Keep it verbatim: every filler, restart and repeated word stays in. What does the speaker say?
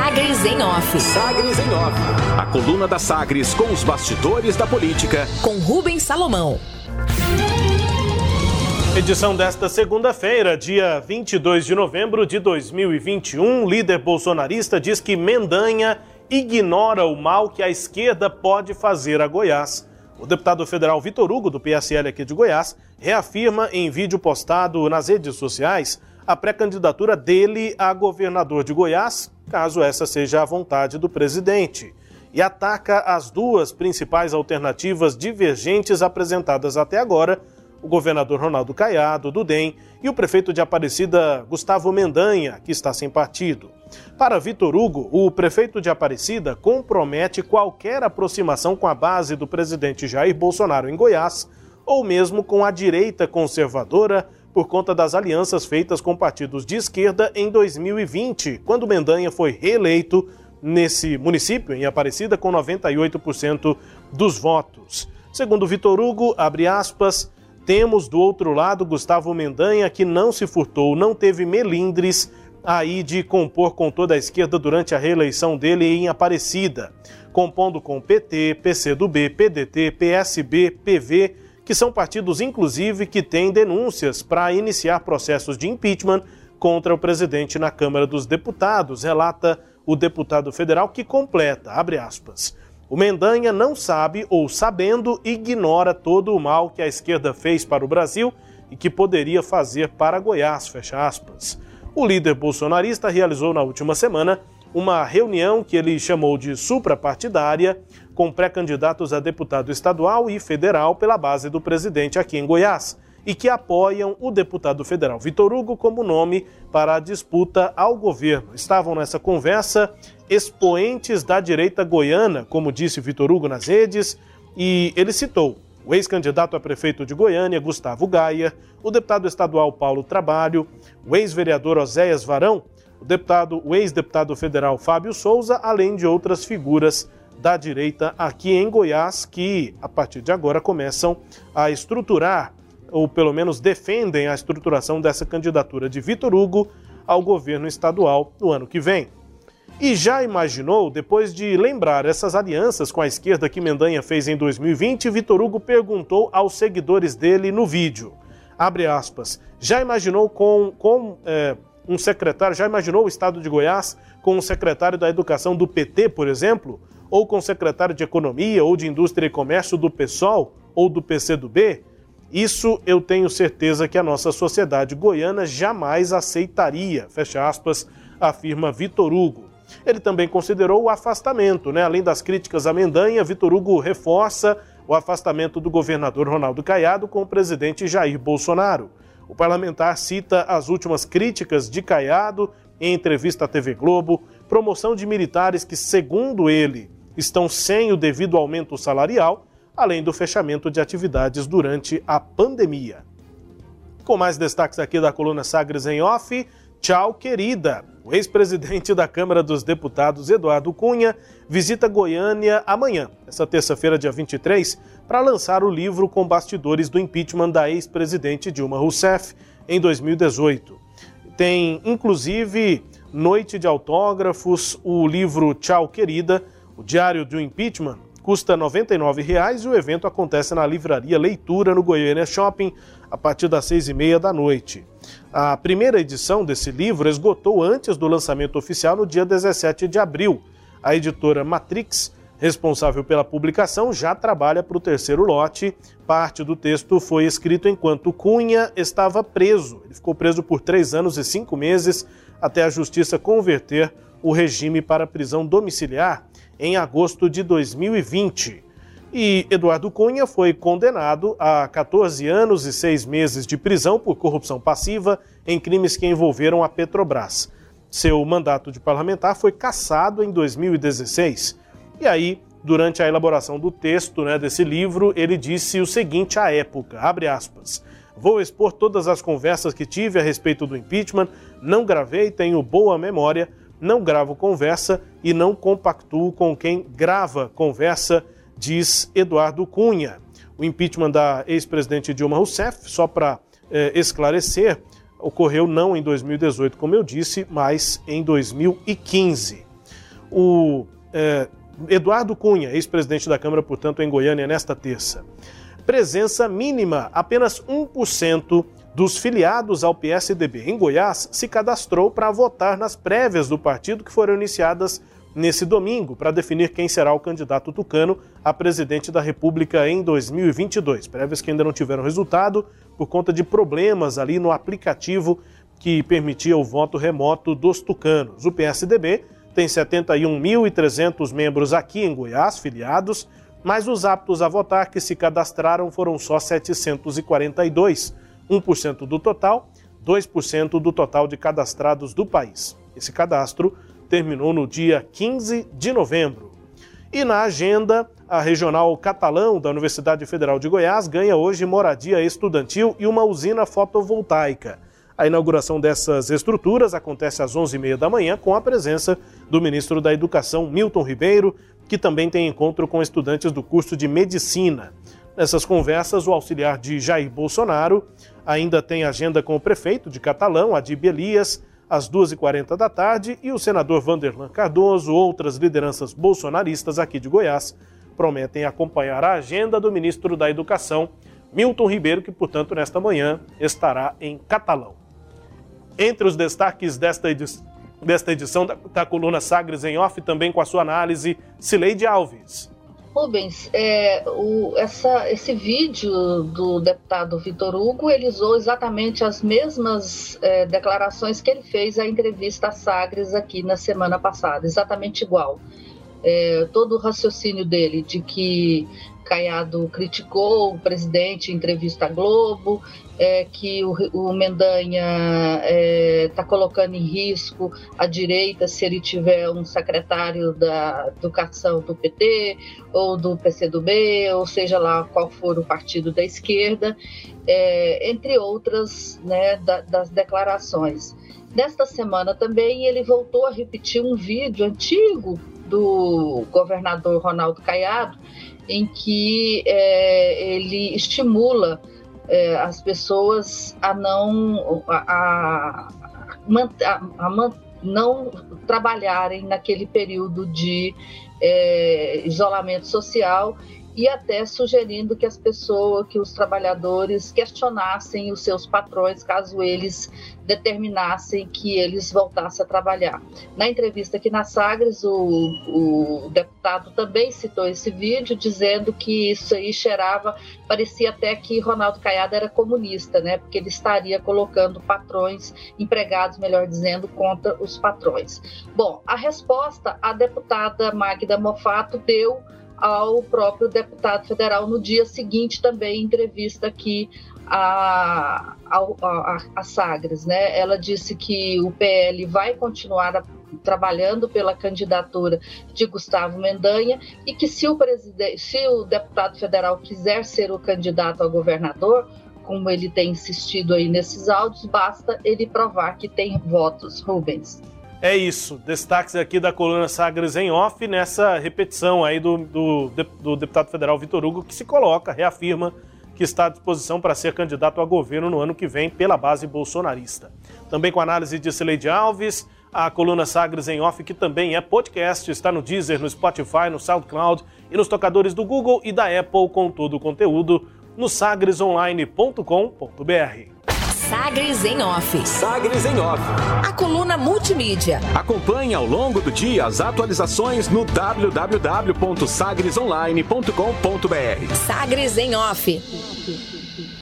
Sagres em Off. Sagres em Off. A coluna da Sagres com os bastidores da política. Com Rubens Salomão. Edição desta segunda-feira, dia vinte e dois de novembro de dois mil e vinte e um. Líder bolsonarista diz que Mendanha ignora o mal que a esquerda pode fazer a Goiás. O deputado federal Vitor Hugo, do P S L aqui de Goiás, reafirma em vídeo postado nas redes sociais a pré-candidatura dele a governador de Goiás, caso essa seja a vontade do presidente, e ataca as duas principais alternativas divergentes apresentadas até agora, o governador Ronaldo Caiado, do D E M, e o prefeito de Aparecida, Gustavo Mendanha, que está sem partido. Para Vitor Hugo, o prefeito de Aparecida compromete qualquer aproximação com a base do presidente Jair Bolsonaro em Goiás, ou mesmo com a direita conservadora, por conta das alianças feitas com partidos de esquerda em dois mil e vinte, quando Mendanha foi reeleito nesse município, em Aparecida, com noventa e oito por cento dos votos. Segundo Vitor Hugo, abre aspas, temos do outro lado Gustavo Mendanha, que não se furtou, não teve melindres aí de compor com toda a esquerda durante a reeleição dele em Aparecida, compondo com P T, P C do B, P D T, P S B, P V, que são partidos, inclusive, que têm denúncias para iniciar processos de impeachment contra o presidente na Câmara dos Deputados, relata o deputado federal que completa, abre aspas, o Mendanha não sabe ou sabendo ignora todo o mal que a esquerda fez para o Brasil e que poderia fazer para Goiás, fecha aspas. O líder bolsonarista realizou na última semana uma reunião que ele chamou de suprapartidária com pré-candidatos a deputado estadual e federal pela base do presidente aqui em Goiás e que apoiam o deputado federal Vitor Hugo como nome para a disputa ao governo. Estavam nessa conversa expoentes da direita goiana, como disse Vitor Hugo nas redes, e ele citou o ex-candidato a prefeito de Goiânia, Gustavo Gaia, o deputado estadual Paulo Trabalho, o ex-vereador Oséias Varão, o, deputado, o ex-deputado federal Fábio Souza, além de outras figuras da direita aqui em Goiás, que a partir de agora começam a estruturar, ou pelo menos defendem a estruturação dessa candidatura de Vitor Hugo ao governo estadual no ano que vem. E já imaginou, depois de lembrar essas alianças com a esquerda que Mendanha fez em dois mil e vinte, Vitor Hugo perguntou aos seguidores dele no vídeo, abre aspas, já imaginou com, com é, um secretário, já imaginou o estado de Goiás com um secretário da educação do P T, por exemplo, ou com o secretário de economia ou de indústria e comércio do PSOL ou do P C do B? Isso eu tenho certeza que a nossa sociedade goiana jamais aceitaria, fecha aspas, afirma Vitor Hugo. Ele também considerou o afastamento, né? Além das críticas a Mendanha, Vitor Hugo reforça o afastamento do governador Ronaldo Caiado com o presidente Jair Bolsonaro. O parlamentar cita as últimas críticas de Caiado em entrevista à T V Globo, promoção de militares que, segundo ele, estão sem o devido aumento salarial, além do fechamento de atividades durante a pandemia. Com mais destaques aqui da coluna Sagres em Off, tchau, querida! O ex-presidente da Câmara dos Deputados, Eduardo Cunha, visita Goiânia amanhã, essa terça-feira, dia vinte e três, para lançar o livro com bastidores do impeachment da ex-presidente Dilma Rousseff em dois mil e dezoito. Tem, inclusive, noite de autógrafos, o livro Tchau, Querida, o Diário do Impeachment, custa noventa e nove reais e o evento acontece na livraria Leitura, no Goiânia Shopping, a partir das seis e meia da noite. A primeira edição desse livro esgotou antes do lançamento oficial no dia dezessete de abril. A editora Matrix, responsável pela publicação, já trabalha para o terceiro lote. Parte do texto foi escrito enquanto Cunha estava preso. Ele ficou preso por três anos e cinco meses até a justiça converter o regime para prisão domiciliar em agosto de dois mil e vinte. E Eduardo Cunha foi condenado a quatorze anos e seis meses de prisão por corrupção passiva em crimes que envolveram a Petrobras. Seu mandato de parlamentar foi cassado em dois mil e dezesseis. E aí, durante a elaboração do texto, né, desse livro, ele disse o seguinte à época, abre aspas, vou expor todas as conversas que tive a respeito do impeachment, não gravei, tenho boa memória, não gravo conversa e não compactuo com quem grava conversa, diz Eduardo Cunha. O impeachment da ex-presidente Dilma Rousseff, só para eh, esclarecer, ocorreu não em dois mil e dezoito, como eu disse, mas em dois mil e quinze. O é, Eduardo Cunha, ex-presidente da Câmara, portanto, em Goiânia, nesta terça. Presença mínima, apenas um por cento dos filiados ao P S D B em Goiás se cadastrou para votar nas prévias do partido que foram iniciadas nesse domingo para definir quem será o candidato tucano a presidente da República em dois mil e vinte e dois. Prévias que ainda não tiveram resultado por conta de problemas ali no aplicativo que permitia o voto remoto dos tucanos. O P S D B tem setenta e um mil e trezentos membros aqui em Goiás, filiados, mas os aptos a votar que se cadastraram foram só setecentos e quarenta e dois, um por cento do total, dois por cento do total de cadastrados do país. Esse cadastro terminou no dia quinze de novembro. E na agenda, a Regional Catalão da Universidade Federal de Goiás ganha hoje moradia estudantil e uma usina fotovoltaica. A inauguração dessas estruturas acontece às onze e meia da manhã com a presença do ministro da Educação, Milton Ribeiro, que também tem encontro com estudantes do curso de Medicina. Nessas conversas, o auxiliar de Jair Bolsonaro ainda tem agenda com o prefeito de Catalão, Adib Elias, às duas e quarenta da tarde, e o senador Vanderlan Cardoso, outras lideranças bolsonaristas aqui de Goiás, prometem acompanhar a agenda do ministro da Educação, Milton Ribeiro, que, portanto, nesta manhã estará em Catalão. Entre os destaques desta edição, desta edição da, da coluna Sagres em Off, também com a sua análise, Cileide Alves. Rubens, é, o, essa, esse vídeo do deputado Vitor Hugo, ele usou exatamente as mesmas é, declarações que ele fez à entrevista a Sagres aqui na semana passada, exatamente igual. É, todo o raciocínio dele de que Caiado criticou o presidente em entrevista à Globo, é, que o, o Mendanha está é, colocando em risco a direita se ele tiver um secretário da educação do P T ou do P C do B, ou seja lá qual for o partido da esquerda, é, entre outras, né, da, das declarações. Nesta semana também ele voltou a repetir um vídeo antigo do governador Ronaldo Caiado, em que é, ele estimula é, as pessoas a não, a, a, a, a não trabalharem naquele período de é, isolamento social, e até sugerindo que as pessoas, que os trabalhadores questionassem os seus patrões caso eles determinassem que eles voltassem a trabalhar. Na entrevista aqui na Sagres, o, o deputado também citou esse vídeo, dizendo que isso aí cheirava, parecia até que Ronaldo Caiado era comunista, né? Porque ele estaria colocando patrões, empregados, melhor dizendo, contra os patrões. Bom, a resposta a deputada Magda Mofato deu ao próprio deputado federal no dia seguinte, também em entrevista aqui a, a, a, a Sagres, né? Ela disse que o P L vai continuar a, trabalhando pela candidatura de Gustavo Mendanha e que se o, presidente, se o deputado federal quiser ser o candidato a governador, como ele tem insistido aí nesses áudios, basta ele provar que tem votos. Rubens. É isso, destaques aqui da coluna Sagres em Off, nessa repetição aí do, do, do deputado federal Vitor Hugo, que se coloca, reafirma que está à disposição para ser candidato a governo no ano que vem pela base bolsonarista. Também com análise de Cileide Alves, a coluna Sagres em Off, que também é podcast, está no Deezer, no Spotify, no SoundCloud e nos tocadores do Google e da Apple, com todo o conteúdo no sagres online ponto com ponto b r. Sagres em Off. Sagres em Off. A coluna multimídia. Acompanhe ao longo do dia as atualizações no w w w ponto sagres online ponto com ponto b r. Sagres em Off.